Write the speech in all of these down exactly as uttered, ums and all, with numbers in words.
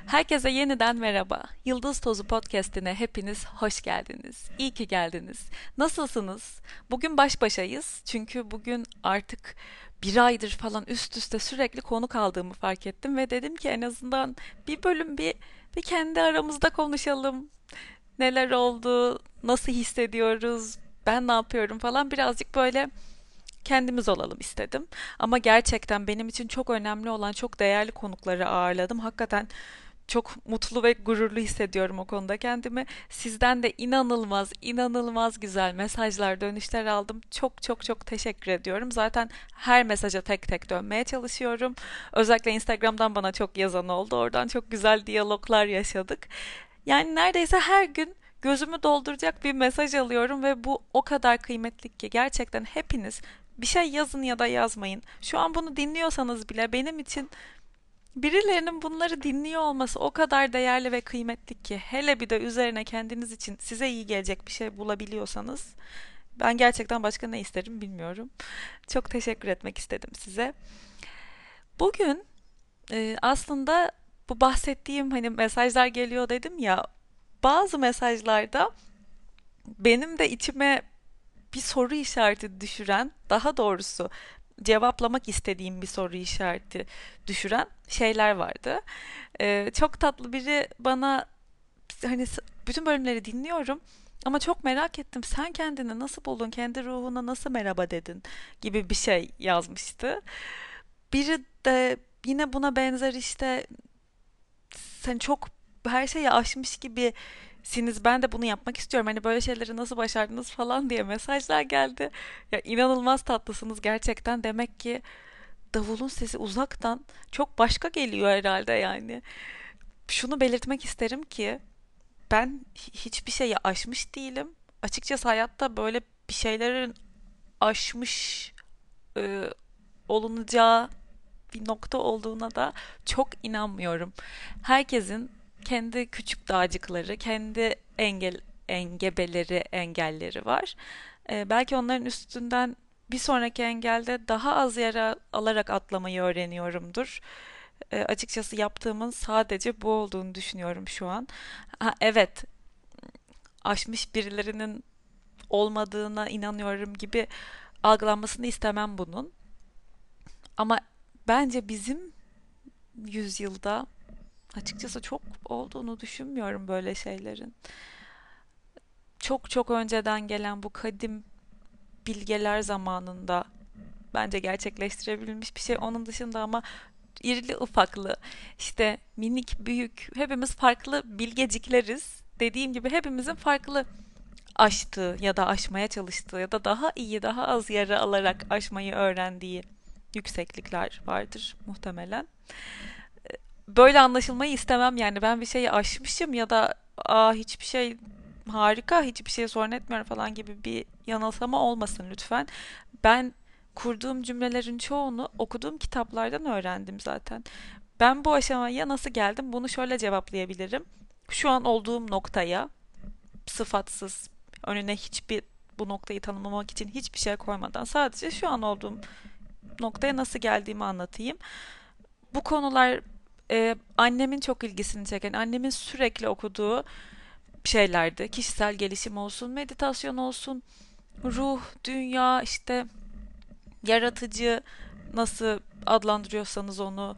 Herkese yeniden merhaba. Yıldız Tozu Podcast'ine hepiniz hoş geldiniz. İyi ki geldiniz. Nasılsınız? Bugün baş başayız. Çünkü bugün artık bir aydır falan üst üste sürekli konuk aldığımı fark ettim ve dedim ki en azından bir bölüm bir bir kendi aramızda konuşalım. Neler oldu? Nasıl hissediyoruz? Ben ne yapıyorum falan birazcık böyle kendimiz olalım istedim. Ama gerçekten benim için çok önemli olan çok değerli konukları ağırladım. Hakikaten çok mutlu ve gururlu hissediyorum o konuda kendimi. Sizden de inanılmaz, inanılmaz güzel mesajlar, dönüşler aldım. Çok çok çok teşekkür ediyorum. Zaten her mesaja tek tek dönmeye çalışıyorum. Özellikle Instagram'dan bana çok yazan oldu. Oradan çok güzel diyaloglar yaşadık. Yani neredeyse her gün gözümü dolduracak bir mesaj alıyorum ve bu o kadar kıymetli ki gerçekten hepiniz bir şey yazın ya da yazmayın. Şu an bunu dinliyorsanız bile benim için birilerinin bunları dinliyor olması o kadar değerli ve kıymetli ki hele bir de üzerine kendiniz için size iyi gelecek bir şey bulabiliyorsanız ben gerçekten başka ne isterim bilmiyorum. Çok teşekkür etmek istedim size. Bugün e, aslında bu bahsettiğim hani mesajlar geliyor dedim ya bazı mesajlarda benim de içime bir soru işareti düşüren, daha doğrusu cevaplamak istediğim bir soru işareti düşüren şeyler vardı. Ee, çok tatlı biri bana hani bütün bölümleri dinliyorum ama çok merak ettim. Sen kendini nasıl buldun? Kendi ruhuna nasıl merhaba dedin? Gibi bir şey yazmıştı. Biri de yine buna benzer işte sen çok her şeyi aşmış gibisiniz. Ben de bunu yapmak istiyorum. Hani böyle şeyleri nasıl başardınız falan diye mesajlar geldi. Ya inanılmaz tatlısınız gerçekten. Demek ki davulun sesi uzaktan çok başka geliyor herhalde yani. Şunu belirtmek isterim ki ben hiçbir şeyi aşmış değilim. Açıkçası hayatta böyle bir şeylerin aşmış e, olunacağı bir nokta olduğuna da çok inanmıyorum. Herkesin kendi küçük dağcıkları, kendi engel engebeleri, engelleri var. Ee, belki onların üstünden bir sonraki engelde daha az yara alarak atlamayı öğreniyorumdur. Ee, açıkçası yaptığımın sadece bu olduğunu düşünüyorum şu an. Ha, evet, aşmış birilerinin olmadığına inanıyorum gibi algılanmasını istemem bunun. Ama bence bizim yüzyılda açıkçası çok olduğunu düşünmüyorum böyle şeylerin. Çok çok önceden gelen bu kadim bilgeler zamanında bence gerçekleştirebilmiş bir şey. Onun dışında ama irili ufaklı, işte minik, büyük, hepimiz farklı bilgecikleriz. Dediğim gibi hepimizin farklı aştığı ya da aşmaya çalıştığı ya da daha iyi, daha az yara alarak aşmayı öğrendiği yükseklikler vardır muhtemelen. Böyle anlaşılmayı istemem yani ben bir şeyi aşmışım ya da aa hiçbir şey harika hiçbir şey sorun etmiyorum falan gibi bir yanılsama olmasın lütfen. Ben kurduğum cümlelerin çoğunu okuduğum kitaplardan öğrendim zaten. Ben bu aşamaya nasıl geldim bunu şöyle cevaplayabilirim. Şu an olduğum noktaya sıfatsız önüne hiçbir bu noktayı tanımlamak için hiçbir şey koymadan sadece şu an olduğum noktaya nasıl geldiğimi anlatayım. Bu konular e, annemin çok ilgisini çeken, annemin sürekli okuduğu şeylerdi. Kişisel gelişim olsun, meditasyon olsun, ruh, dünya, işte yaratıcı nasıl adlandırıyorsanız onu,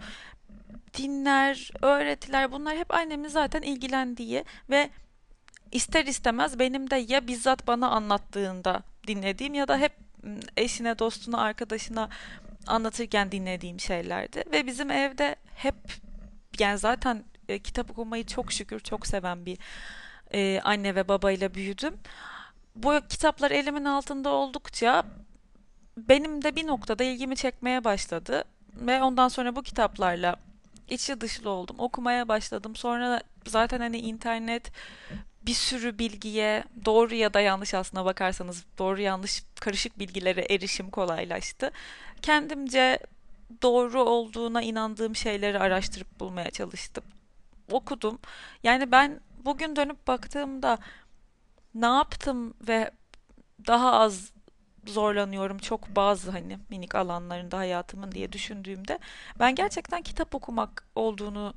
dinler, öğretiler bunlar hep annemin zaten ilgilendiği ve ister istemez benim de ya bizzat bana anlattığında dinlediğim ya da hep eşine, dostuna, arkadaşına anlatırken dinlediğim şeylerdi. Ve bizim evde hep yani zaten e, kitap okumayı çok şükür çok seven bir e, anne ve babayla büyüdüm. Bu kitaplar elimin altında oldukça benim de bir noktada ilgimi çekmeye başladı. Ve ondan sonra bu kitaplarla içli dışlı oldum. Okumaya başladım. Sonra zaten hani internet bir sürü bilgiye doğru ya da yanlış aslına bakarsanız doğru yanlış karışık bilgilere erişim kolaylaştı. Kendimce doğru olduğuna inandığım şeyleri araştırıp bulmaya çalıştım. Okudum. Yani ben bugün dönüp baktığımda ne yaptım ve daha az zorlanıyorum çok bazı hani minik alanlarında hayatımın diye düşündüğümde ben gerçekten kitap okumak olduğunu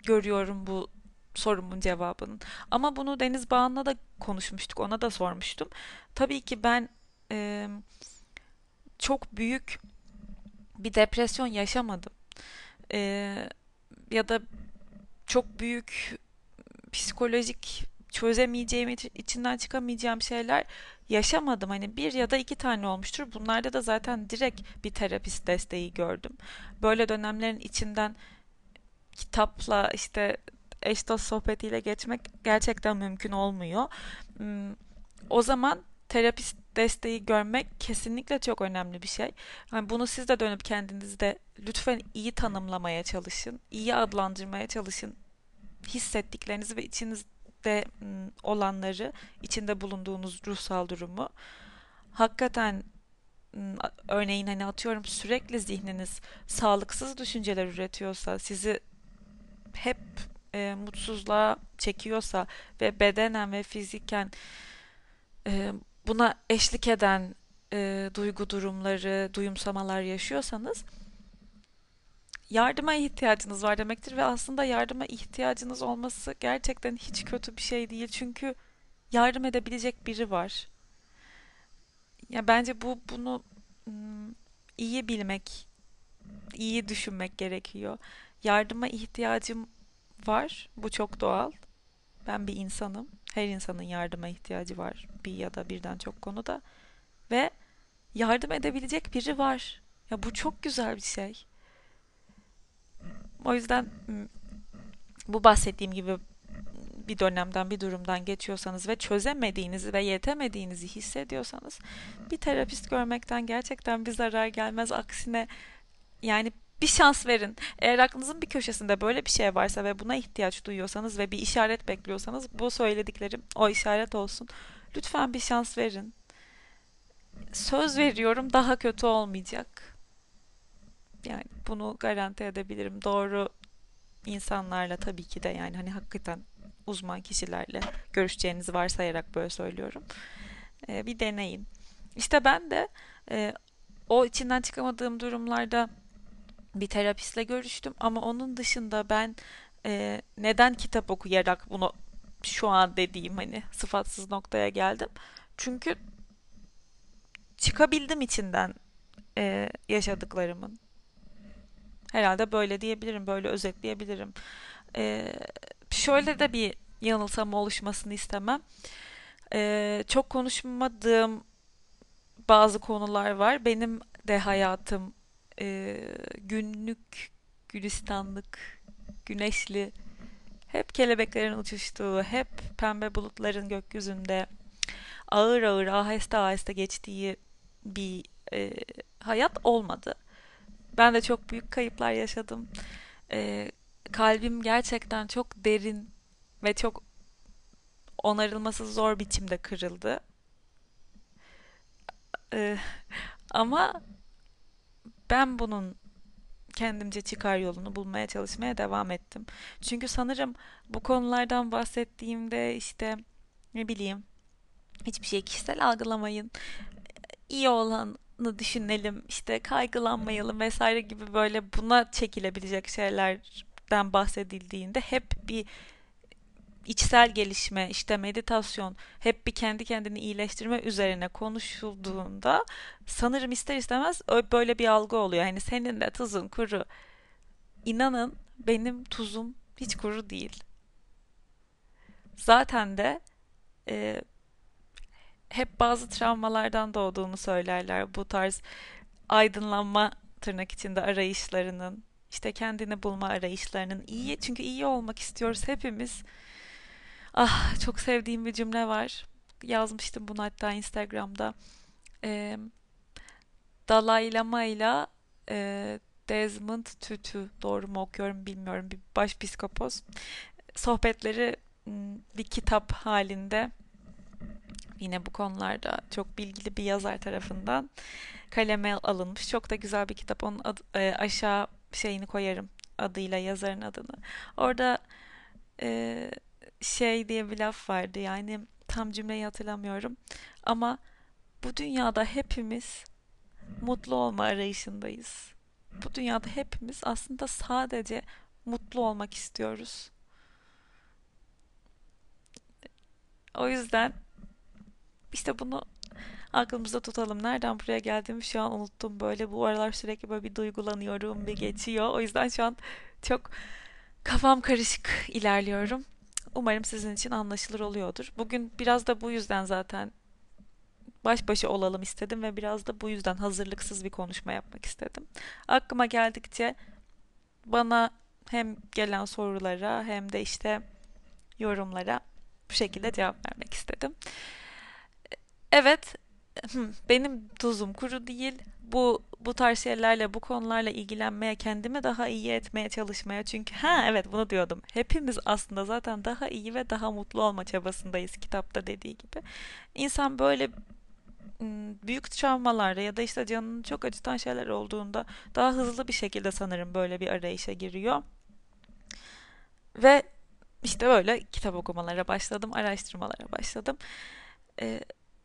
görüyorum bu sorumun cevabının. Ama bunu Deniz Bağan'la da konuşmuştuk, ona da sormuştum. Tabii ki ben e, çok büyük bir depresyon yaşamadım. E, Ya da çok büyük psikolojik çözemeyeceğim, içinden çıkamayacağım şeyler yaşamadım. Hani bir ya da iki tane olmuştur. Bunlarda da zaten direkt bir terapist desteği gördüm. Böyle dönemlerin içinden kitapla işte eş dost sohbetiyle geçmek gerçekten mümkün olmuyor. Hmm, O zaman terapist desteği görmek kesinlikle çok önemli bir şey. Yani bunu siz de dönüp kendinizde lütfen iyi tanımlamaya çalışın, iyi adlandırmaya çalışın hissettiklerinizi ve içinizde mm, olanları, içinde bulunduğunuz ruhsal durumu. Hakikaten mm, örneğin hani atıyorum sürekli zihniniz sağlıksız düşünceler üretiyorsa, sizi hep e, mutsuzluğa çekiyorsa ve bedenen ve fiziken e, buna eşlik eden e, duygu durumları, duyumsamalar yaşıyorsanız yardıma ihtiyacınız var demektir ve aslında yardıma ihtiyacınız olması gerçekten hiç kötü bir şey değil. Çünkü yardım edebilecek biri var. Ya bence bu bunu mm, iyi bilmek, iyi düşünmek gerekiyor. Yardıma ihtiyacım var. Bu çok doğal. Ben bir insanım. Her insanın yardıma ihtiyacı var. Bir ya da birden çok konuda. Ve yardım edebilecek biri var. Ya bu çok güzel bir şey. O yüzden mm, bu bahsettiğim gibi bir dönemden, bir durumdan geçiyorsanız ve çözemediğinizi ve yetemediğinizi hissediyorsanız bir terapist görmekten gerçekten bir zarar gelmez. Aksine yani bir şans verin. Eğer aklınızın bir köşesinde böyle bir şey varsa ve buna ihtiyaç duyuyorsanız ve bir işaret bekliyorsanız bu söylediklerim o işaret olsun. Lütfen bir şans verin. Söz veriyorum daha kötü olmayacak. Yani bunu garanti edebilirim. Doğru insanlarla tabii ki de yani hani hakikaten uzman kişilerle görüşeceğinizi varsayarak böyle söylüyorum. Ee, bir deneyin. İşte ben de e, o içinden çıkamadığım durumlarda bir terapistle görüştüm ama onun dışında ben e, neden kitap okuyarak bunu şu an dediğim hani sıfatsız noktaya geldim. Çünkü çıkabildim içinden e, yaşadıklarımın. Herhalde böyle diyebilirim, böyle özetleyebilirim. E, Şöyle de bir yanılsama oluşmasını istemem. E, çok konuşmadığım bazı konular var. Benim de hayatım e, günlük, gülistanlık, güneşli, hep kelebeklerin uçuştuğu, hep pembe bulutların gökyüzünde ağır ağır, aheste aheste geçtiği bir e, hayat olmadı. Ben de çok büyük kayıplar yaşadım. E, Kalbim gerçekten çok derin ve çok onarılması zor biçimde kırıldı. E, Ama ben bunun kendimce çıkar yolunu bulmaya çalışmaya devam ettim. Çünkü sanırım bu konulardan bahsettiğimde işte ne bileyim hiçbir şey kişisel algılamayın, iyi olanı düşünelim, işte kaygılanmayalım vesaire gibi böyle buna çekilebilecek şeylerden bahsedildiğinde hep bir içsel gelişme, işte meditasyon, hep bir kendi kendini iyileştirme üzerine konuşulduğunda sanırım ister istemez böyle bir algı oluyor. Hani senin de tuzun kuru. İnanın benim tuzum hiç kuru değil. Zaten de e, hep bazı travmalardan doğduğunu söylerler. Bu tarz aydınlanma tırnak içinde arayışlarının, işte kendini bulma arayışlarının iyi. Çünkü iyi olmak istiyoruz hepimiz. Ah çok sevdiğim bir cümle var. Yazmıştım bunu hatta Instagram'da. E, Dalai Lama ile e, Desmond Tutu, doğru mu okuyorum bilmiyorum, bir başpiskopos. Sohbetleri m, bir kitap halinde yine bu konularda çok bilgili bir yazar tarafından kaleme alınmış. Çok da güzel bir kitap. Onun adı- e, aşağı şeyini koyarım, adıyla yazarın adını. Orada e, şey diye bir laf vardı, yani tam cümleyi hatırlamıyorum. Ama bu dünyada hepimiz mutlu olma arayışındayız. Bu dünyada hepimiz aslında sadece mutlu olmak istiyoruz. O yüzden işte bunu aklımızda tutalım. Nereden buraya geldiğimi şu an unuttum. Böyle bu aralar sürekli böyle bir duygulanıyorum, bir geçiyor. O yüzden şu an çok kafam karışık ilerliyorum. Umarım sizin için anlaşılır oluyordur. Bugün biraz da bu yüzden zaten baş başa olalım istedim ve biraz da bu yüzden hazırlıksız bir konuşma yapmak istedim. Aklıma geldikçe bana hem gelen sorulara hem de işte yorumlara bu şekilde cevap vermek istedim. Evet, benim tuzum kuru değil. Bu bu tarz şeylerle, bu konularla ilgilenmeye, kendimi daha iyi etmeye çalışmaya. Çünkü ha evet bunu diyordum. Hepimiz aslında zaten daha iyi ve daha mutlu olma çabasındayız kitapta dediği gibi. İnsan böyle büyük travmalarda ya da işte canını çok acıtan şeyler olduğunda daha hızlı bir şekilde sanırım böyle bir arayışa giriyor. Ve işte böyle kitap okumalara başladım, araştırmalara başladım. Ee,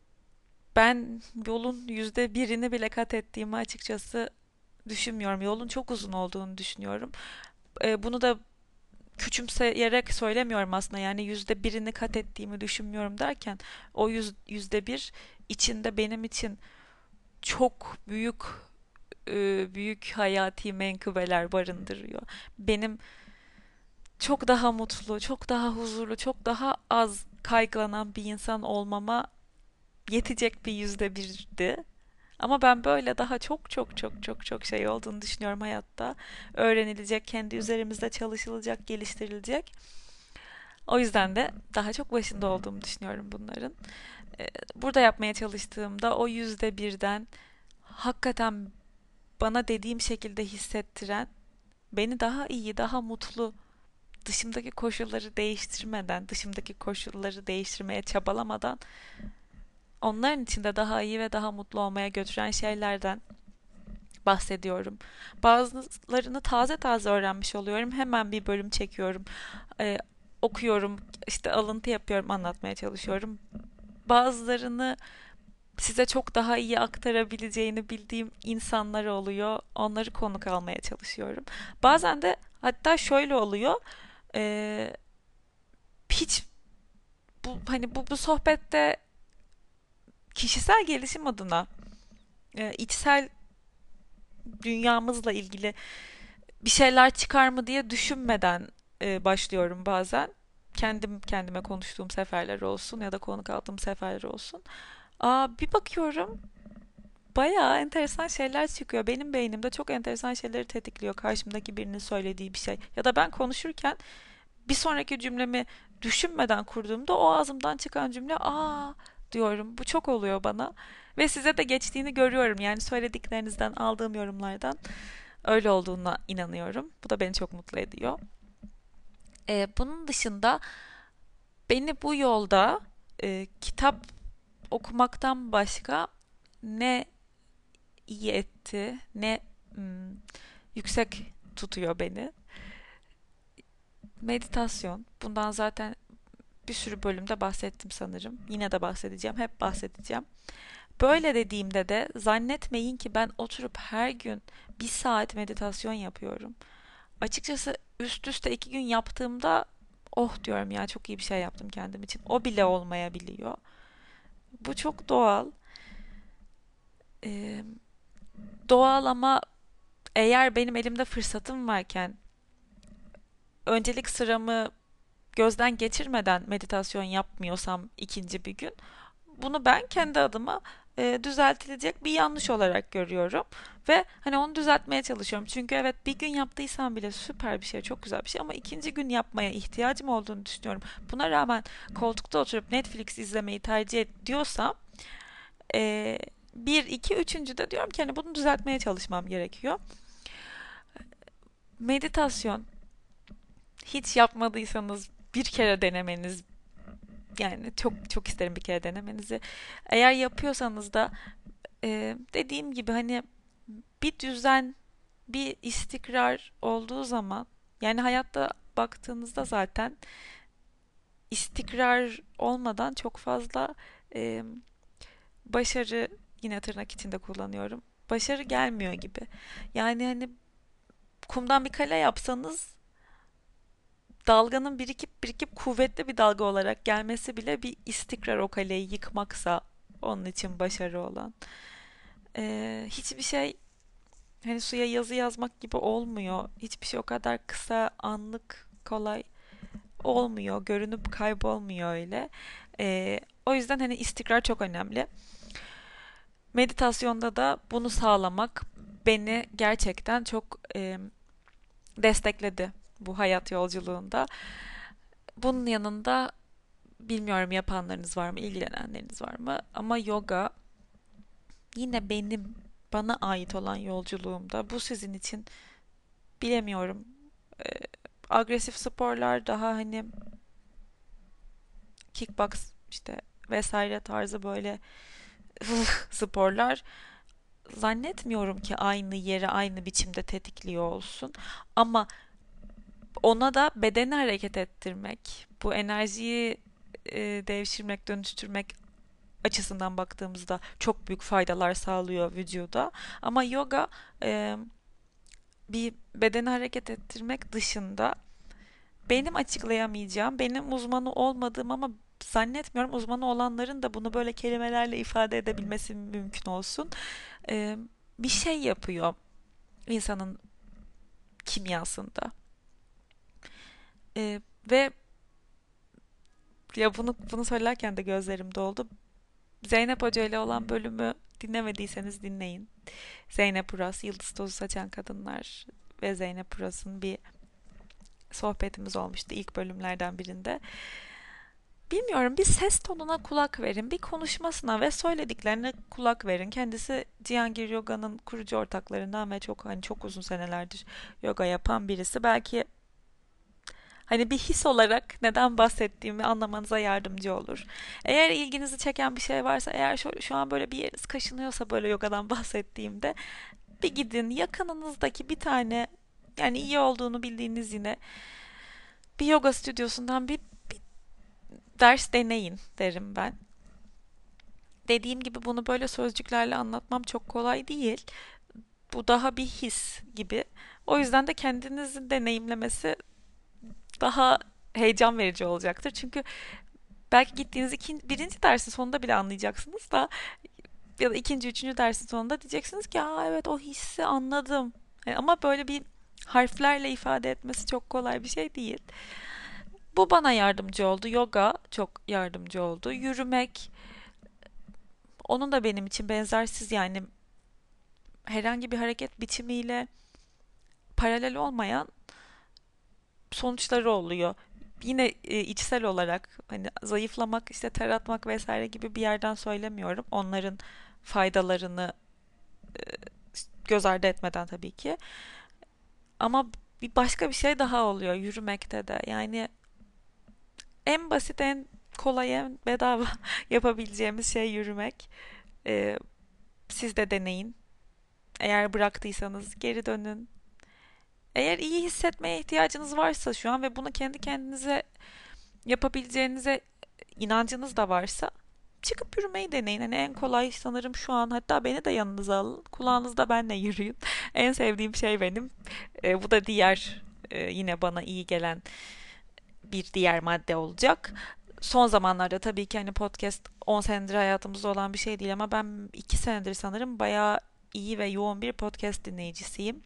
Ben yolun yüzde birini bile kat ettiğimi açıkçası düşünmüyorum. Yolun çok uzun olduğunu düşünüyorum. Ee, bunu da küçümseyerek söylemiyorum aslında. Yani yüzde birini kat ettiğimi düşünmüyorum derken o yüz, yüzde bir içinde benim için çok büyük e, büyük hayati menkıbeler barındırıyor. Benim çok daha mutlu, çok daha huzurlu, çok daha az kaygılanan bir insan olmama yetecek bir yüzde birdi. Ama ben böyle daha çok çok çok çok çok şey olduğunu düşünüyorum hayatta. Öğrenilecek, kendi üzerimizde çalışılacak, geliştirilecek. O yüzden de daha çok başında olduğumu düşünüyorum bunların. Ee, Burada yapmaya çalıştığımda o yüzde birden hakikaten bana dediğim şekilde hissettiren, beni daha iyi, daha mutlu, dışımdaki koşulları değiştirmeden, dışımdaki koşulları değiştirmeye çabalamadan onların içinde daha iyi ve daha mutlu olmaya götüren şeylerden bahsediyorum. Bazılarını taze taze öğrenmiş oluyorum. Hemen bir bölüm çekiyorum. Ee, Okuyorum, işte alıntı yapıyorum, anlatmaya çalışıyorum. Bazılarını size çok daha iyi aktarabileceğini bildiğim insanlar oluyor. Onları konuk almaya çalışıyorum. Bazen de hatta şöyle oluyor. Ee, Hiç bu hani bu bu sohbette kişisel gelişim adına, e, içsel dünyamızla ilgili bir şeyler çıkar mı diye düşünmeden e, başlıyorum bazen. Kendim kendime konuştuğum seferler olsun ya da konuk aldığım seferler olsun. Aa, bir bakıyorum bayağı enteresan şeyler çıkıyor. Benim beynimde çok enteresan şeyleri tetikliyor karşımdaki birinin söylediği bir şey. Ya da ben konuşurken bir sonraki cümlemi düşünmeden kurduğumda o ağzımdan çıkan cümle aa diyorum. Bu çok oluyor bana. Ve size de geçtiğini görüyorum. Yani söylediklerinizden aldığım yorumlardan öyle olduğuna inanıyorum. Bu da beni çok mutlu ediyor. Ee, bunun dışında beni bu yolda e, kitap okumaktan başka ne iyi etti, ne mm, yüksek tutuyor beni. Meditasyon. Bundan zaten bir sürü bölümde bahsettim sanırım. Yine de bahsedeceğim, hep bahsedeceğim. Böyle dediğimde de zannetmeyin ki ben oturup her gün bir saat meditasyon yapıyorum. Açıkçası üst üste iki gün yaptığımda oh diyorum ya çok iyi bir şey yaptım kendim için. O bile olmayabiliyor. Bu çok doğal. Ee, Doğal ama eğer benim elimde fırsatım varken öncelik sıramı gözden geçirmeden meditasyon yapmıyorsam ikinci bir gün bunu ben kendi adıma e, düzeltilecek bir yanlış olarak görüyorum ve hani onu düzeltmeye çalışıyorum. Çünkü evet bir gün yaptıysam bile süper bir şey, çok güzel bir şey ama ikinci gün yapmaya ihtiyacım olduğunu düşünüyorum. Buna rağmen koltukta oturup Netflix izlemeyi tercih ediyorsam e, bir, iki, üçüncü de diyorum ki hani bunu düzeltmeye çalışmam gerekiyor. Meditasyon hiç yapmadıysanız bir kere denemeniz, yani çok çok isterim bir kere denemenizi. Eğer yapıyorsanız da e, dediğim gibi hani bir düzen, bir istikrar olduğu zaman yani hayatta baktığınızda zaten istikrar olmadan çok fazla e, başarı, yine tırnak içinde kullanıyorum. Başarı gelmiyor gibi. Yani hani kumdan bir kale yapsanız dalganın birikip birikip kuvvetli bir dalga olarak gelmesi bile bir istikrar, o kaleyi yıkmaksa onun için başarı olan. Ee, hiçbir şey hani suya yazı yazmak gibi olmuyor. Hiçbir şey o kadar kısa, anlık, kolay olmuyor. Görünüp kaybolmuyor öyle. Ee, o yüzden hani istikrar çok önemli. Meditasyonda da bunu sağlamak beni gerçekten çok e, destekledi bu hayat yolculuğunda. Bunun yanında bilmiyorum yapanlarınız var mı, ilgilenenleriniz var mı? Ama yoga yine benim bana ait olan yolculuğumda. Bu sizin için bilemiyorum. Ee, agresif sporlar daha hani kickbox işte vesaire tarzı böyle sporlar zannetmiyorum ki aynı yeri aynı biçimde tetikliyor olsun. Ama ona da bedeni hareket ettirmek, bu enerjiyi e, devşirmek, dönüştürmek açısından baktığımızda çok büyük faydalar sağlıyor vücuda. Ama yoga e, bir bedeni hareket ettirmek dışında benim açıklayamayacağım, benim uzmanı olmadığım ama zannetmiyorum uzmanı olanların da bunu böyle kelimelerle ifade edebilmesi mümkün olsun. E, bir şey yapıyor insanın kimyasında. E, ve ya bunu bunu söylerken de gözlerim doldu. Zeynep Hoca ile olan bölümü dinlemediyseniz dinleyin. Zeynep Uras, Yıldız Tozu Saçan Kadınlar ve Zeynep Uras'ın bir sohbetimiz olmuştu ilk bölümlerden birinde. Bilmiyorum, bir ses tonuna kulak verin, bir konuşmasına ve söylediklerine kulak verin. Kendisi Cihangir Yoga'nın kurucu ortaklarından ve çok hani çok uzun senelerdir yoga yapan birisi. Belki hani bir his olarak neden bahsettiğimi anlamanıza yardımcı olur. Eğer ilginizi çeken bir şey varsa, eğer şu, şu an böyle bir yeriniz kaşınıyorsa böyle yogadan bahsettiğimde bir gidin yakınınızdaki bir tane yani iyi olduğunu bildiğiniz yine bir yoga stüdyosundan bir, bir ders deneyin derim ben. Dediğim gibi bunu böyle sözcüklerle anlatmam çok kolay değil. Bu daha bir his gibi. O yüzden de kendinizin deneyimlemesi daha heyecan verici olacaktır. Çünkü belki gittiğiniz ikinci, birinci dersin sonunda bile anlayacaksınız da ya da ikinci, üçüncü dersin sonunda diyeceksiniz ki aa evet o hissi anladım. Yani ama böyle bir harflerle ifade etmesi çok kolay bir şey değil. Bu bana yardımcı oldu. Yoga çok yardımcı oldu. Yürümek, onun da benim için benzersiz yani herhangi bir hareket biçimiyle paralel olmayan sonuçları oluyor. Yine e, içsel olarak hani zayıflamak, işte ter atmak vesaire gibi bir yerden söylemiyorum. Onların faydalarını e, göz ardı etmeden tabii ki. Ama bir başka bir şey daha oluyor yürümekte de. Yani en basit, en kolay, en bedava yapabileceğimiz şey yürümek. E, siz de deneyin. Eğer bıraktıysanız geri dönün. Eğer iyi hissetmeye ihtiyacınız varsa şu an ve bunu kendi kendinize yapabileceğinize inancınız da varsa çıkıp yürümeyi deneyin. Hani en kolay sanırım şu an, hatta beni de yanınıza alın. Kulağınızda benle yürüyün. En sevdiğim şey benim. E, bu da diğer e, yine bana iyi gelen bir diğer madde olacak. Son zamanlarda tabii ki hani podcast on senedir hayatımızda olan bir şey değil ama ben iki senedir sanırım bayağı iyi ve yoğun bir podcast dinleyicisiyim.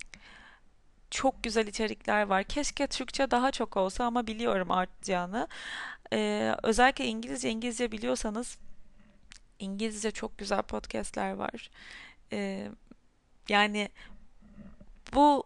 Çok güzel içerikler var. Keşke Türkçe daha çok olsa ama biliyorum artacağını. Ee, özellikle İngilizce, İngilizce biliyorsanız İngilizce çok güzel podcastler var. Ee, yani bu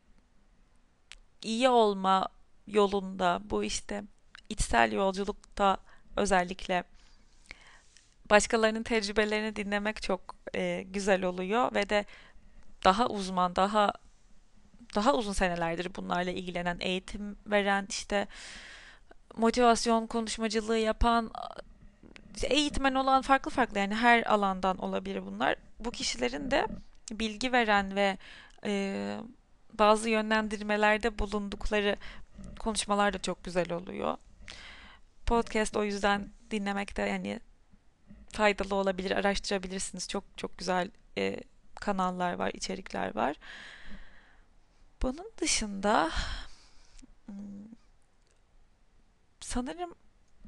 iyi olma yolunda, bu işte içsel yolculukta özellikle başkalarının tecrübelerini dinlemek çok e, güzel oluyor ve de daha uzman, daha daha uzun senelerdir bunlarla ilgilenen, eğitim veren, işte motivasyon konuşmacılığı yapan, işte eğitmen olan farklı farklı yani her alandan olabilir bunlar. Bu kişilerin de bilgi veren ve e, bazı yönlendirmelerde bulundukları konuşmalar da çok güzel oluyor. Podcast o yüzden dinlemekte yani faydalı olabilir, araştırabilirsiniz. Çok çok güzel e, kanallar var, içerikler var. Bunun dışında hmm, sanırım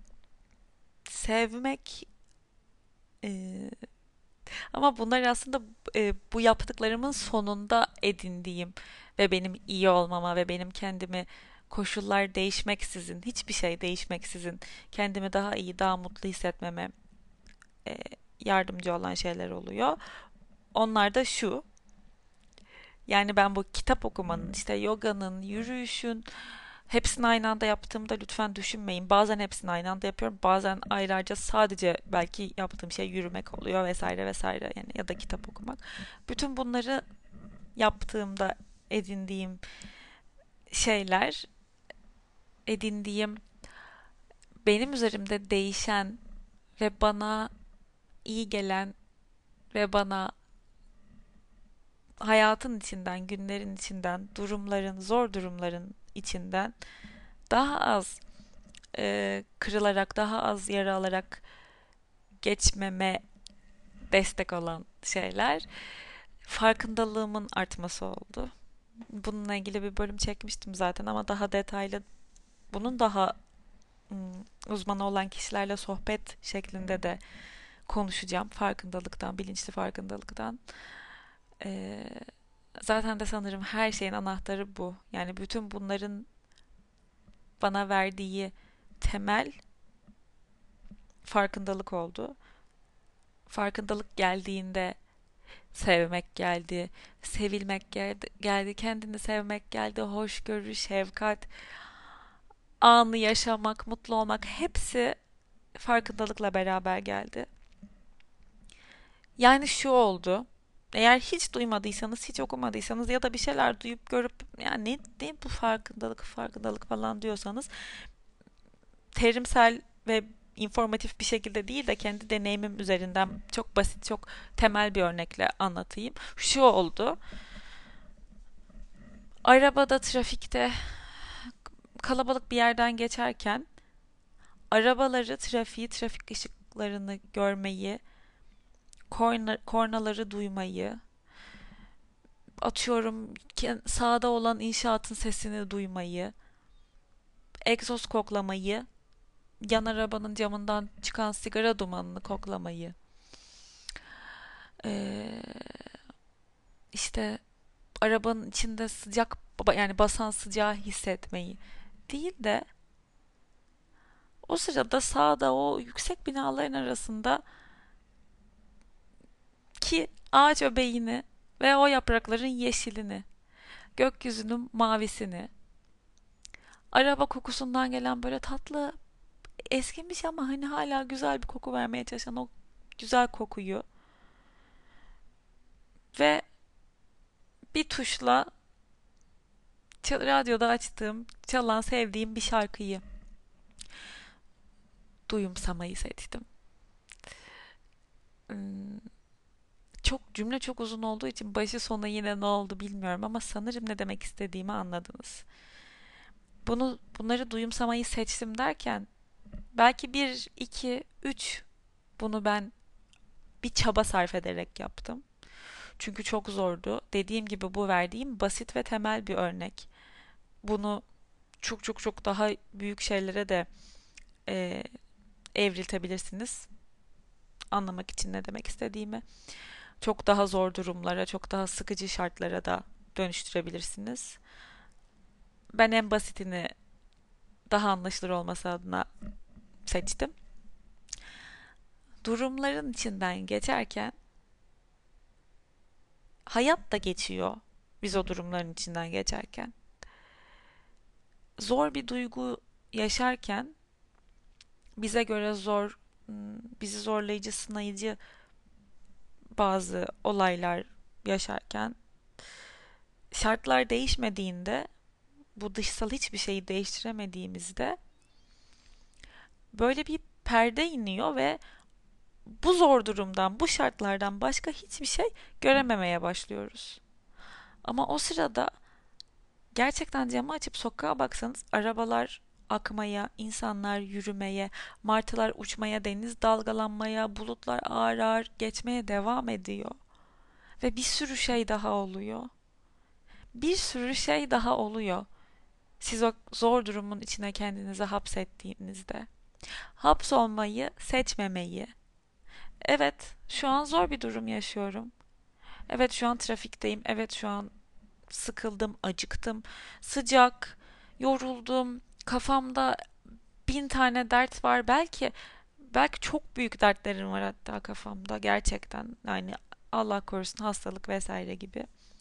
sevmek, e, ama bunlar aslında e, bu yaptıklarımın sonunda edindiğim ve benim iyi olmama ve benim kendimi koşullar değişmeksizin, hiçbir şey değişmeksizin kendimi daha iyi, daha mutlu hissetmeme e, yardımcı olan şeyler oluyor. Onlar da şu: yani ben bu kitap okumanın, işte yoganın, yürüyüşün hepsini aynı anda yaptığımda lütfen düşünmeyin. Bazen hepsini aynı anda yapıyorum. Bazen aylarca sadece belki yaptığım şey yürümek oluyor vesaire vesaire, yani ya da kitap okumak. Bütün bunları yaptığımda edindiğim şeyler, edindiğim, benim üzerimde değişen ve bana iyi gelen ve bana hayatın içinden, günlerin içinden, durumların, zor durumların içinden daha az e, kırılarak, daha az yara alarak geçmeme destek olan şeyler, farkındalığımın artması oldu. Bununla ilgili bir bölüm çekmiştim zaten ama daha detaylı, bunun daha ım, uzmanı olan kişilerle sohbet şeklinde de konuşacağım. Farkındalıktan, bilinçli farkındalıktan. Ee, Zaten de sanırım her şeyin anahtarı bu. Yani bütün bunların bana verdiği temel farkındalık oldu. Farkındalık geldiğinde sevmek geldi, sevilmek geldi, geldi, kendini sevmek geldi, hoşgörü, şefkat, anı yaşamak, mutlu olmak, hepsi farkındalıkla beraber geldi. Yani şu oldu: eğer hiç duymadıysanız, hiç okumadıysanız ya da bir şeyler duyup görüp yani ne, ne bu farkındalık, farkındalık falan diyorsanız, terimsel ve informatif bir şekilde değil de kendi deneyimim üzerinden çok basit, çok temel bir örnekle anlatayım. Şu oldu: arabada, trafikte, kalabalık bir yerden geçerken arabaları, trafiği, trafik ışıklarını görmeyi, korna, kornaları duymayı, atıyorum sağda olan inşaatın sesini duymayı, egzoz koklamayı, yan arabanın camından çıkan sigara dumanını koklamayı, ee, işte arabanın içinde sıcak, yani basan sıcağı hissetmeyi değil de o sırada sağda o yüksek binaların arasında ki ağaç öbeğini ve o yaprakların yeşilini, gökyüzünün mavisini, araba kokusundan gelen böyle tatlı, eskimiş ama hani hala güzel bir koku vermeye çalışan o güzel kokuyu ve bir tuşla radyoda açtığım, çalan, sevdiğim bir şarkıyı duyumsamayı seçtim. Hmm, Çok cümle çok uzun olduğu için başı sonu yine ne oldu bilmiyorum ama sanırım ne demek istediğimi anladınız. Bunu bunları duyumsamayı seçtim derken belki bir, iki, üç bunu ben bir çaba sarf ederek yaptım. Çünkü çok zordu. Dediğim gibi bu verdiğim basit ve temel bir örnek. Bunu çok çok çok daha büyük şeylere de e, evriltebilirsiniz. Anlamak için ne demek istediğimi. Çok daha zor durumlara, çok daha sıkıcı şartlara da dönüştürebilirsiniz. Ben en basitini, daha anlaşılır olması adına seçtim. Durumların içinden geçerken hayat da geçiyor biz o durumların içinden geçerken. Zor bir duygu yaşarken, bize göre zor, bizi zorlayıcı, sınayıcı bazı olaylar yaşarken, şartlar değişmediğinde, bu dışsal hiçbir şeyi değiştiremediğimizde böyle bir perde iniyor ve bu zor durumdan, bu şartlardan başka hiçbir şey görememeye başlıyoruz. Ama o sırada gerçekten camı açıp sokağa baksanız arabalar akmaya, insanlar yürümeye, martılar uçmaya, deniz dalgalanmaya, bulutlar ağır ağır geçmeye devam ediyor. Ve bir sürü şey daha oluyor. Bir sürü şey daha oluyor. Siz o zor durumun içine kendinizi hapsettiğinizde, hapsolmayı seçmemeyi. Evet, şu an zor bir durum yaşıyorum. Evet, şu an trafikteyim. Evet, şu an sıkıldım, acıktım, sıcak, yoruldum. Kafamda bin tane dert var. Belki belki çok büyük dertlerim var hatta kafamda gerçekten. Yani Allah korusun hastalık vesaire gibi.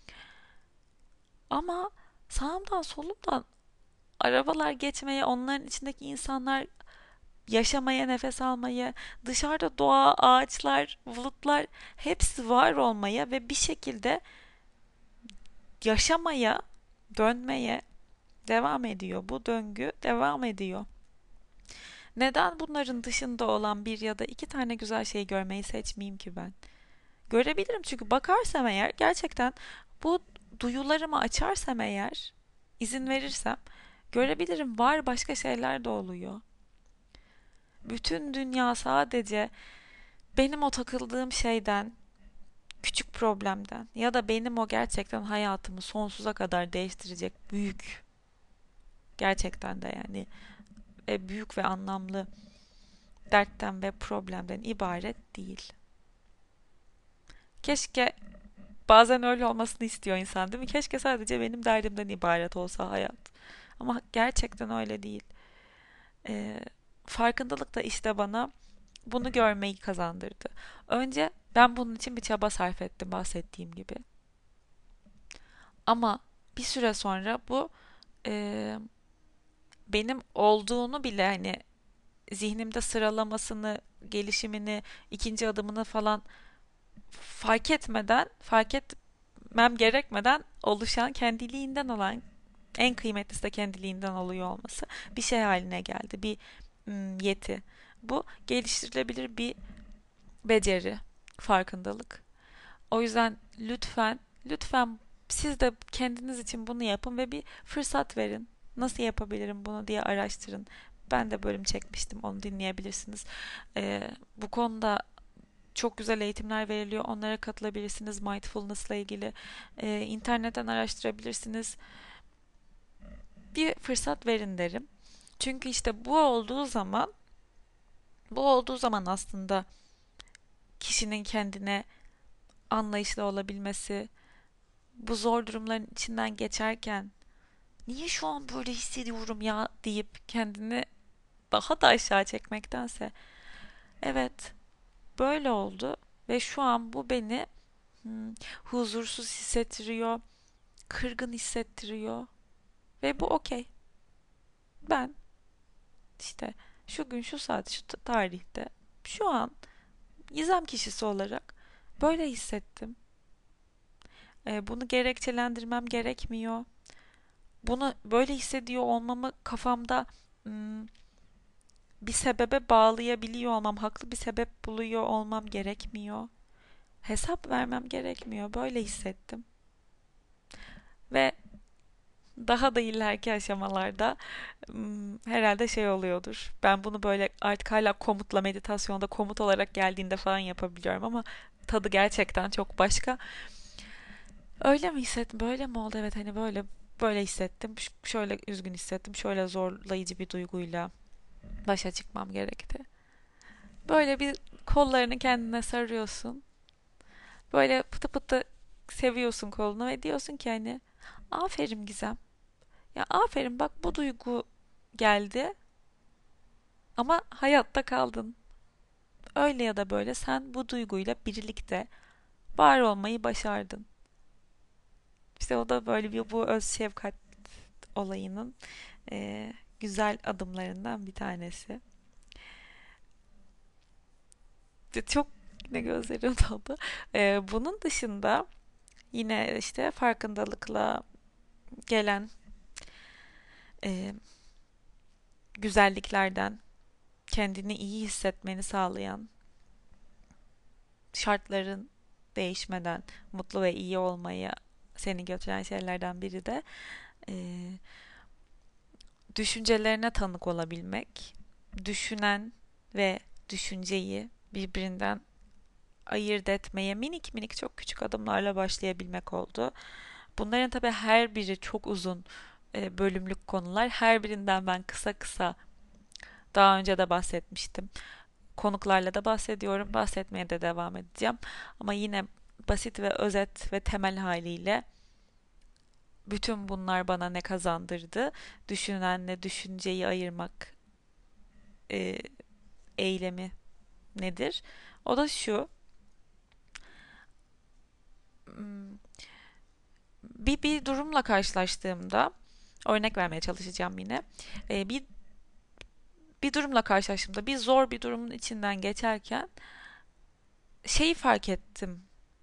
Ama sağımdan solumdan arabalar geçmeye, onların içindeki insanlar yaşamaya, nefes almaya, dışarıda doğa, ağaçlar, bulutlar hepsi var olmaya ve bir şekilde yaşamaya, dönmeye devam ediyor. Bu döngü devam ediyor. Neden bunların dışında olan bir ya da iki tane güzel şey görmeyi seçmeyeyim ki ben? Görebilirim çünkü bakarsam eğer gerçekten bu duyularımı açarsam eğer izin verirsem görebilirim var başka şeyler de oluyor. Bütün dünya sadece benim o takıldığım şeyden, küçük problemden ya da benim o gerçekten hayatımı sonsuza kadar değiştirecek büyük gerçekten de yani e, büyük ve anlamlı dertten ve problemden ibaret değil. Keşke bazen öyle olmasını istiyor insan değil mi? Keşke sadece benim derdimden ibaret olsa hayat. Ama gerçekten öyle değil. Ee, Farkındalık da işte bana bunu görmeyi kazandırdı. Önce ben bunun için bir çaba sarf ettim bahsettiğim gibi. Ama bir süre sonra bu e, benim olduğunu bile hani zihnimde sıralamasını, gelişimini, ikinci adımını falan fark etmeden, fark etmem gerekmeden oluşan kendiliğinden olan en kıymetlisi de kendiliğinden oluyor olması bir şey haline geldi. Bir mm, yeti. Bu geliştirilebilir bir beceri, farkındalık. O yüzden lütfen, lütfen siz de kendiniz için bunu yapın ve bir fırsat verin. Nasıl yapabilirim bunu diye araştırın. Ben de bölüm çekmiştim, onu dinleyebilirsiniz. Ee, bu konuda çok güzel eğitimler veriliyor. Onlara katılabilirsiniz. Mindfulness ile ilgili ee, internetten araştırabilirsiniz. Bir fırsat verin derim. Çünkü işte bu olduğu zaman, bu olduğu zaman aslında kişinin kendine anlayışlı olabilmesi, bu zor durumların içinden geçerken niye şu an böyle hissediyorum ya deyip kendini daha da aşağı çekmektense evet böyle oldu ve şu an bu beni hmm, huzursuz hissettiriyor, kırgın hissettiriyor ve bu okey. Ben işte şu gün şu saat şu tarihte şu an gizem kişisi olarak böyle hissettim. Ee, bunu gerekçelendirmem gerekmiyor. Bunu böyle hissediyor olmamı kafamda hmm, bir sebebe bağlayabiliyor olmam, haklı bir sebep buluyor olmam gerekmiyor. Hesap vermem gerekmiyor. Böyle hissettim. Ve daha da ileriki aşamalarda hmm, herhalde şey oluyordur. Ben bunu böyle artık hala komutla meditasyonda komut olarak geldiğinde falan yapabiliyorum ama tadı gerçekten çok başka. Öyle mi hissettim? Böyle mi oldu? Evet hani böyle böyle hissettim. Ş- Şöyle üzgün hissettim. Şöyle zorlayıcı bir duyguyla başa çıkmam gerekti. Böyle bir kollarını kendine sarıyorsun. Böyle pıtı pıtı seviyorsun kolunu ve diyorsun ki hani aferin Gizem. Ya aferin bak bu duygu geldi ama hayatta kaldın. Öyle ya da böyle sen bu duyguyla birlikte var olmayı başardın. İşte o da böyle bir bu öz şefkat olayının eee, güzel adımlarından bir tanesi. Çok ne gözlerim doldu. Eee, bunun dışında yine işte farkındalıkla gelen eee, güzelliklerden kendini iyi hissetmeni sağlayan şartların değişmeden mutlu ve iyi olmaya seni götüren şeylerden biri de eee, düşüncelerine tanık olabilmek, düşünen ve düşünceyi birbirinden ayırt etmeye minik minik çok küçük adımlarla başlayabilmek oldu. Bunların tabii her biri çok uzun e, bölümlük konular. Her birinden ben kısa kısa daha önce de bahsetmiştim. Konuklarla da bahsediyorum. Bahsetmeye de devam edeceğim. Ama yine basit ve özet ve temel haliyle bütün bunlar bana ne kazandırdı? Düşünenle düşünceyi ayırmak e, eylemi nedir? O da şu. hmm, Bir, bir durumla karşılaştığımda örnek vermeye çalışacağım yine. E, bir bir durumla karşılaştığımda bir zor bir durumun içinden geçerken şeyi fark ettim.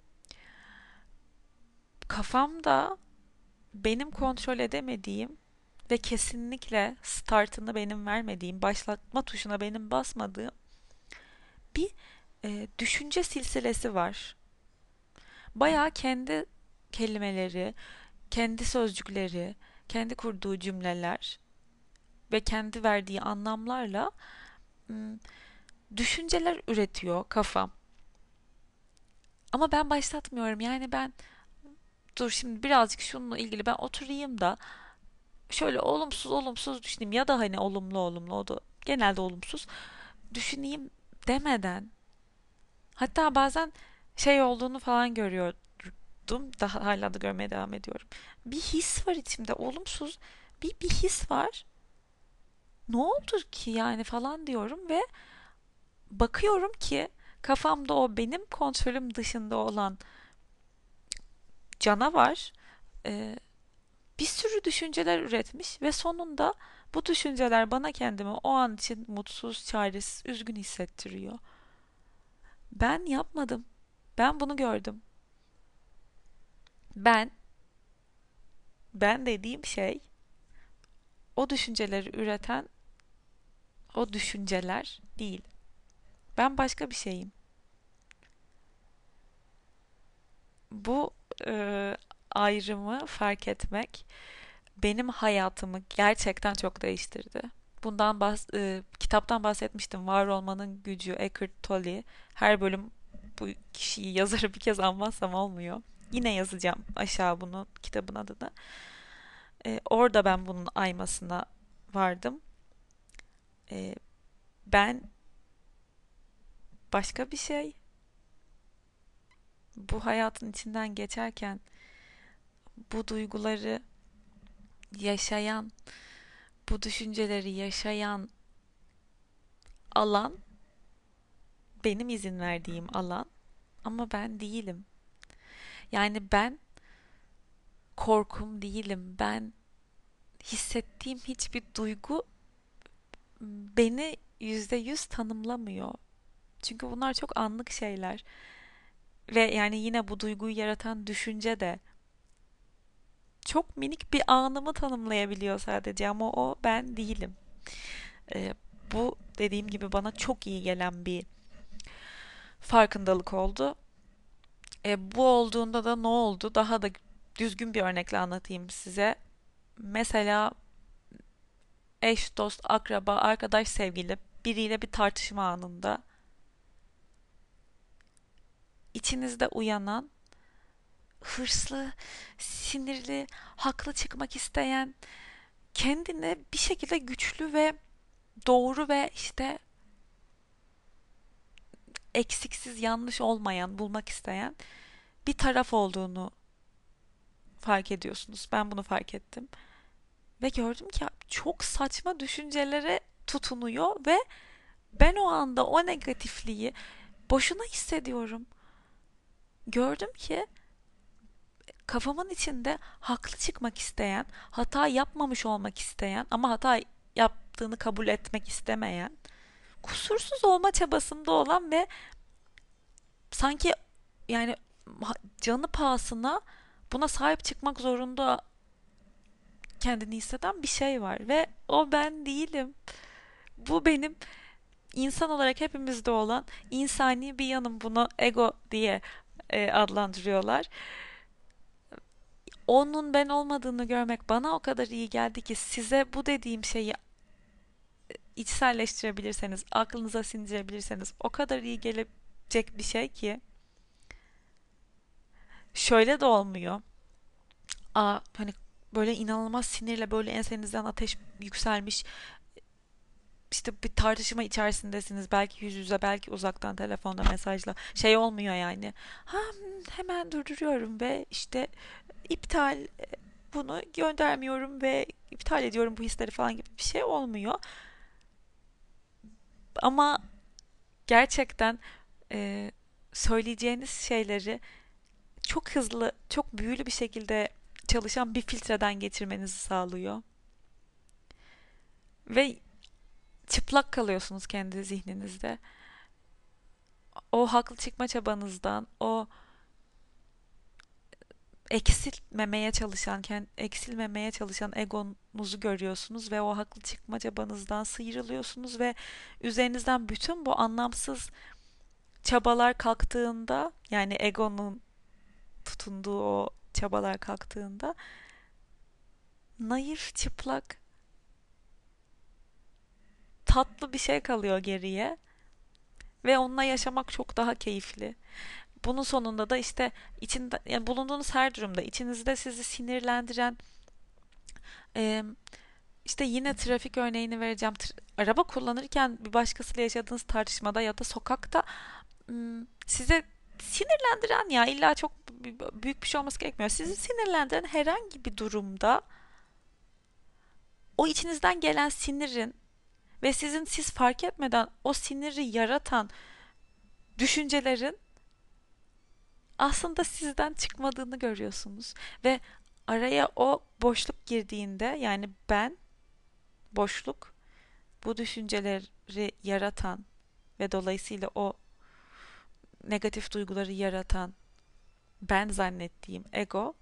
Kafamda benim kontrol edemediğim ve kesinlikle startını benim vermediğim, başlatma tuşuna benim basmadığım bir e, düşünce silsilesi var. Bayağı kendi kelimeleri, kendi sözcükleri, kendi kurduğu cümleler ve kendi verdiği anlamlarla ım, düşünceler üretiyor kafam. Ama ben başlatmıyorum. Yani ben dur şimdi birazcık şununla ilgili ben oturayım da şöyle olumsuz olumsuz düşüneyim ya da hani olumlu olumlu o da genelde olumsuz düşüneyim demeden hatta bazen şey olduğunu falan görüyordum daha hala da görmeye devam ediyorum. Bir his var içimde olumsuz bir bir his var. Ne oldu ki yani falan diyorum ve bakıyorum ki kafamda o benim kontrolüm dışında olan canavar e, bir sürü düşünceler üretmiş ve sonunda bu düşünceler bana kendimi o an için mutsuz, çaresiz, üzgün hissettiriyor. Ben yapmadım. Ben bunu gördüm. Ben, ben dediğim şey o düşünceleri üreten o düşünceler değil. Ben başka bir şeyim. Bu e, ayrımı fark etmek benim hayatımı gerçekten çok değiştirdi. Bundan bahs e, kitaptan bahsetmiştim. Var olmanın gücü Eckhart Tolle. Her bölüm bu kişiyi yazarı bir kez anmazsam olmuyor. Yine yazacağım aşağı bunu kitabın adını. E, orada ben bunun aymasına vardım. E, Ben başka bir şey. Bu hayatın içinden geçerken bu duyguları yaşayan, bu düşünceleri yaşayan alan benim izin verdiğim alan ama ben değilim. Yani ben korkum değilim. Ben hissettiğim hiçbir duygu beni yüzde yüz tanımlamıyor. Çünkü bunlar çok anlık şeyler. Ve yani yine bu duyguyu yaratan düşünce de çok minik bir anımı tanımlayabiliyor sadece ama o ben değilim. Ee, Bu dediğim gibi bana çok iyi gelen bir farkındalık oldu. E, bu olduğunda da ne oldu? Daha da düzgün bir örnekle anlatayım size. Mesela eş, dost, akraba, arkadaş, sevgili biriyle bir tartışma anında içinizde uyanan hırslı, sinirli, haklı çıkmak isteyen, kendini bir şekilde güçlü ve doğru ve işte eksiksiz, yanlış olmayan, bulmak isteyen bir taraf olduğunu fark ediyorsunuz. Ben bunu fark ettim. Ve gördüm ki çok saçma düşüncelere tutunuyor ve ben o anda o negatifliği boşuna hissediyorum. Gördüm ki kafamın içinde haklı çıkmak isteyen, hata yapmamış olmak isteyen ama hata yaptığını kabul etmek istemeyen, kusursuz olma çabasında olan ve sanki yani canı pahasına buna sahip çıkmak zorunda kendini hisseden bir şey var ve o ben değilim. Bu benim insan olarak hepimizde olan insani bir yanım. Bunu ego diye e, adlandırıyorlar. Onun ben olmadığını görmek bana o kadar iyi geldi ki size bu dediğim şeyi içselleştirebilirseniz, aklınıza sindirebilirseniz o kadar iyi gelecek bir şey ki şöyle de olmuyor. Aa hani böyle inanılmaz sinirle böyle ensenizden ateş yükselmiş, işte bir tartışma içerisindesiniz. Belki yüz yüze, belki uzaktan telefonda, mesajla. Şey olmuyor yani. Ha, hemen durduruyorum ve işte iptal, e, bunu göndermiyorum ve iptal ediyorum bu hisleri falan gibi bir şey olmuyor. Ama gerçekten e, söyleyeceğiniz şeyleri çok hızlı, çok büyülü bir şekilde çalışan bir filtreden geçirmenizi sağlıyor. Ve çıplak kalıyorsunuz kendi zihninizde. O haklı çıkma çabanızdan, o eksilmemeye çalışan, kend- eksilmemeye çalışan egonuzu görüyorsunuz ve o haklı çıkma çabanızdan sıyrılıyorsunuz ve üzerinizden bütün bu anlamsız çabalar kalktığında, yani egonun tutunduğu o çabalar kalktığında, naif, çıplak, tatlı bir şey kalıyor geriye ve onunla yaşamak çok daha keyifli. Bunun sonunda da işte içinde, yani bulunduğunuz her durumda içinizde sizi sinirlendiren, e, işte yine trafik örneğini vereceğim. Tr- araba kullanırken bir başkasıyla yaşadığınız tartışmada ya da sokakta, ım, size sinirlendiren, ya illa çok b- büyük bir şey olması gerekmiyor. Sizi sinirlendiren herhangi bir durumda o içinizden gelen sinirin ve sizin siz fark etmeden o siniri yaratan düşüncelerin aslında sizden çıkmadığını görüyorsunuz ve araya o boşluk girdiğinde, yani ben, boşluk, bu düşünceleri yaratan ve dolayısıyla o negatif duyguları yaratan ben zannettiğim ego,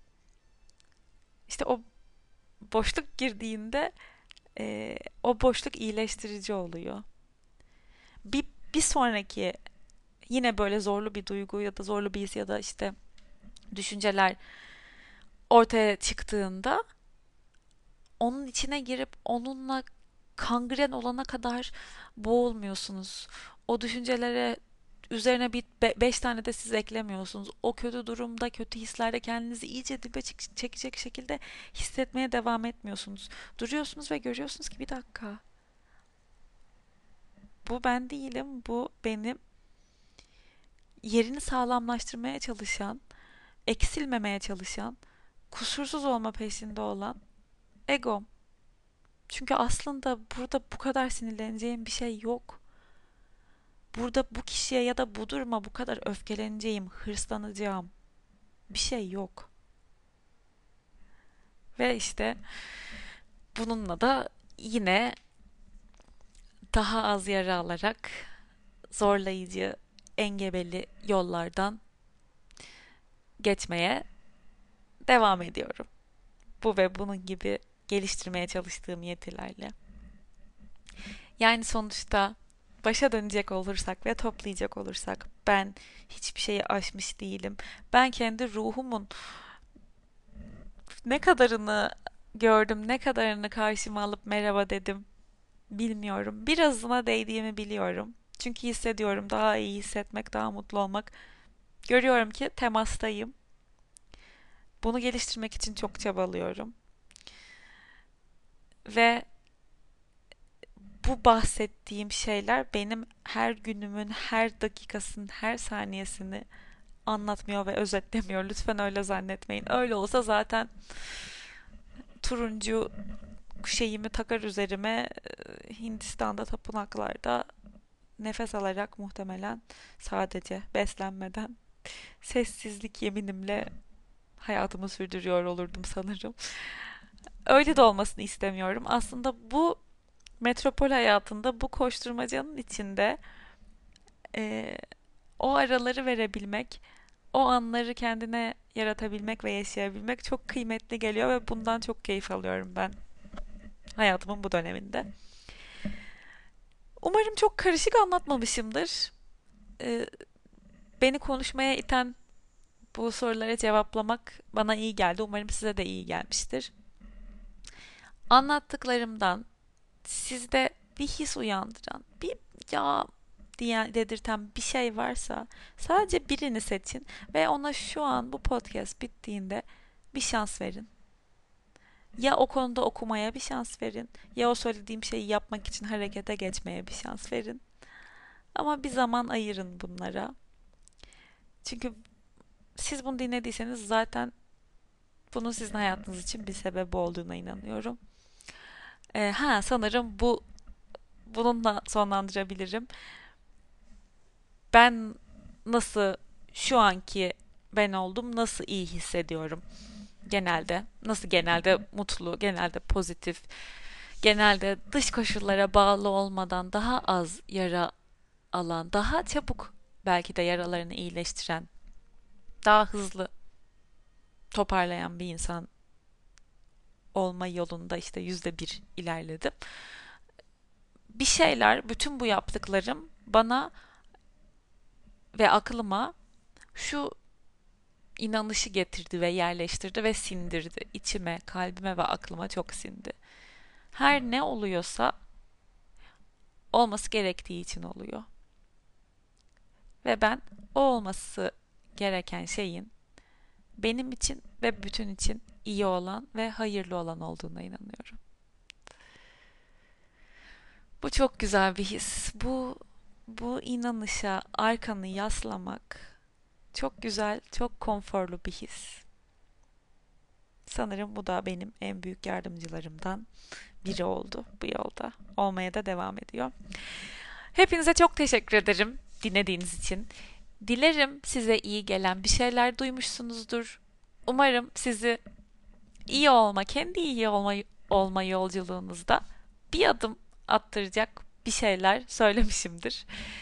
işte o boşluk girdiğinde e, o boşluk iyileştirici oluyor. Bir, bir sonraki yine böyle zorlu bir duygu ya da zorlu bir his ya da işte düşünceler ortaya çıktığında onun içine girip onunla kangren olana kadar boğulmuyorsunuz. O düşüncelere üzerine bir be- beş tane de siz eklemiyorsunuz. O kötü durumda, kötü hislerde kendinizi iyice dibe çek- çekecek şekilde hissetmeye devam etmiyorsunuz. Duruyorsunuz ve görüyorsunuz ki bir dakika. Bu ben değilim. Bu benim yerini sağlamlaştırmaya çalışan, eksilmemeye çalışan, kusursuz olma peşinde olan egom. Çünkü aslında burada bu kadar sinirleneceğim bir şey yok. Burada bu kişiye ya da bu duruma bu kadar öfkeleneceğim, hırslanacağım bir şey yok. Ve işte bununla da yine daha az yara alarak zorlayıcı, engebeli yollardan geçmeye devam ediyorum. Bu ve bunun gibi geliştirmeye çalıştığım yetilerle. Yani sonuçta başa dönecek olursak ve toplayacak olursak, ben hiçbir şeyi aşmış değilim. Ben kendi ruhumun ne kadarını gördüm, ne kadarını karşıma alıp merhaba dedim bilmiyorum. Birazına değdiğimi biliyorum. Çünkü hissediyorum, daha iyi hissetmek, daha mutlu olmak. Görüyorum ki temastayım. Bunu geliştirmek için çok çabalıyorum. Ve bu bahsettiğim şeyler benim her günümün her dakikasının her saniyesini anlatmıyor ve özetlemiyor. Lütfen öyle zannetmeyin. Öyle olsa zaten turuncu şeyimi takar üzerime, Hindistan'da tapınaklarda nefes alarak, muhtemelen sadece beslenmeden, sessizlik yeminimle hayatımı sürdürüyor olurdum sanırım. Öyle de olmasını istemiyorum. Aslında bu metropol hayatında, bu koşturmacanın içinde e, o araları verebilmek, o anları kendine yaratabilmek ve yaşayabilmek çok kıymetli geliyor ve bundan çok keyif alıyorum ben hayatımın bu döneminde. Umarım çok karışık anlatmamışımdır. Ee, beni konuşmaya iten bu sorulara cevaplamak bana iyi geldi. Umarım size de iyi gelmiştir. Anlattıklarımdan sizde bir his uyandıran, bir ya diye dedirten bir şey varsa sadece birini seçin ve ona şu an bu podcast bittiğinde bir şans verin. Ya o konuda okumaya bir şans verin, ya o söylediğim şeyi yapmak için harekete geçmeye bir şans verin. Ama bir zaman ayırın bunlara. Çünkü siz bunu dinlediyseniz zaten bunun sizin hayatınız için bir sebep olduğuna inanıyorum. Ee, ha sanırım bu bununla sonlandırabilirim. Ben nasıl şu anki ben oldum, nasıl iyi hissediyorum genelde. Nasıl genelde mutlu, genelde pozitif, genelde dış koşullara bağlı olmadan daha az yara alan, daha çabuk belki de yaralarını iyileştiren, daha hızlı toparlayan bir insan olma yolunda işte yüzde bir ilerledim. Bir şeyler, bütün bu yaptıklarım bana ve aklıma şu inanışı getirdi ve yerleştirdi ve sindirdi. İçime, kalbime ve aklıma çok sindi. Her ne oluyorsa olması gerektiği için oluyor. Ve ben o olması gereken şeyin benim için ve bütün için iyi olan ve hayırlı olan olduğuna inanıyorum. Bu çok güzel bir his. Bu bu inanışa arkanı yaslamak çok güzel, çok konforlu bir his. Sanırım bu da benim en büyük yardımcılarımdan biri oldu bu yolda. Olmaya da devam ediyor. Hepinize çok teşekkür ederim dinlediğiniz için. Dilerim size iyi gelen bir şeyler duymuşsunuzdur. Umarım sizi iyi olma, kendi iyi olma, olma yolculuğunuzda bir adım attıracak bir şeyler söylemişimdir.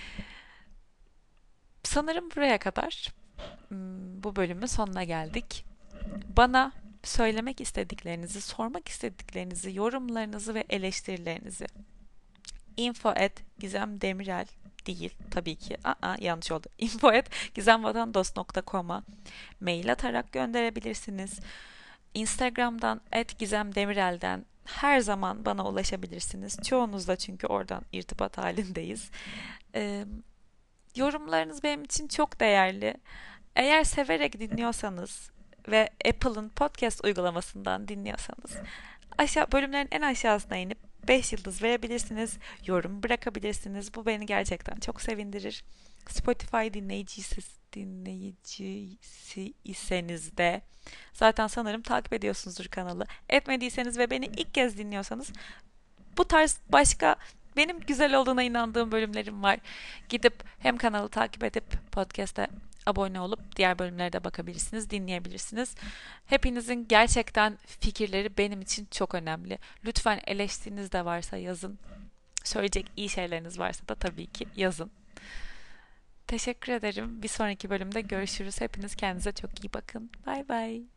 Sanırım buraya kadar hmm, bu bölümün sonuna geldik. Bana söylemek istediklerinizi, sormak istediklerinizi, yorumlarınızı ve eleştirilerinizi info at gizemdemirel değil tabii ki. Aa, yanlış oldu. info at gizemvatandost nokta com'a mail atarak gönderebilirsiniz. Instagram'dan at gizemdemirel'den her zaman bana ulaşabilirsiniz. Çoğunuzla çünkü oradan irtibat halindeyiz. Ee, yorumlarınız benim için çok değerli. Eğer severek dinliyorsanız ve Apple'ın podcast uygulamasından dinliyorsanız aşağı bölümlerin en aşağısına inip beş yıldız verebilirsiniz, yorum bırakabilirsiniz. Bu beni gerçekten çok sevindirir. Spotify dinleyicisi dinleyicisi iseniz de zaten sanırım takip ediyorsunuzdur kanalı. Etmediyseniz ve beni ilk kez dinliyorsanız bu tarz başka benim güzel olduğuna inandığım bölümlerim var. Gidip hem kanalı takip edip podcast'e abone olup diğer bölümlere de bakabilirsiniz, dinleyebilirsiniz. Hepinizin gerçekten fikirleri benim için çok önemli. Lütfen eleştiriniz de varsa yazın. Söyleyecek iyi şeyleriniz varsa da tabii ki yazın. Teşekkür ederim. Bir sonraki bölümde görüşürüz. Hepiniz kendinize çok iyi bakın. Bay bay.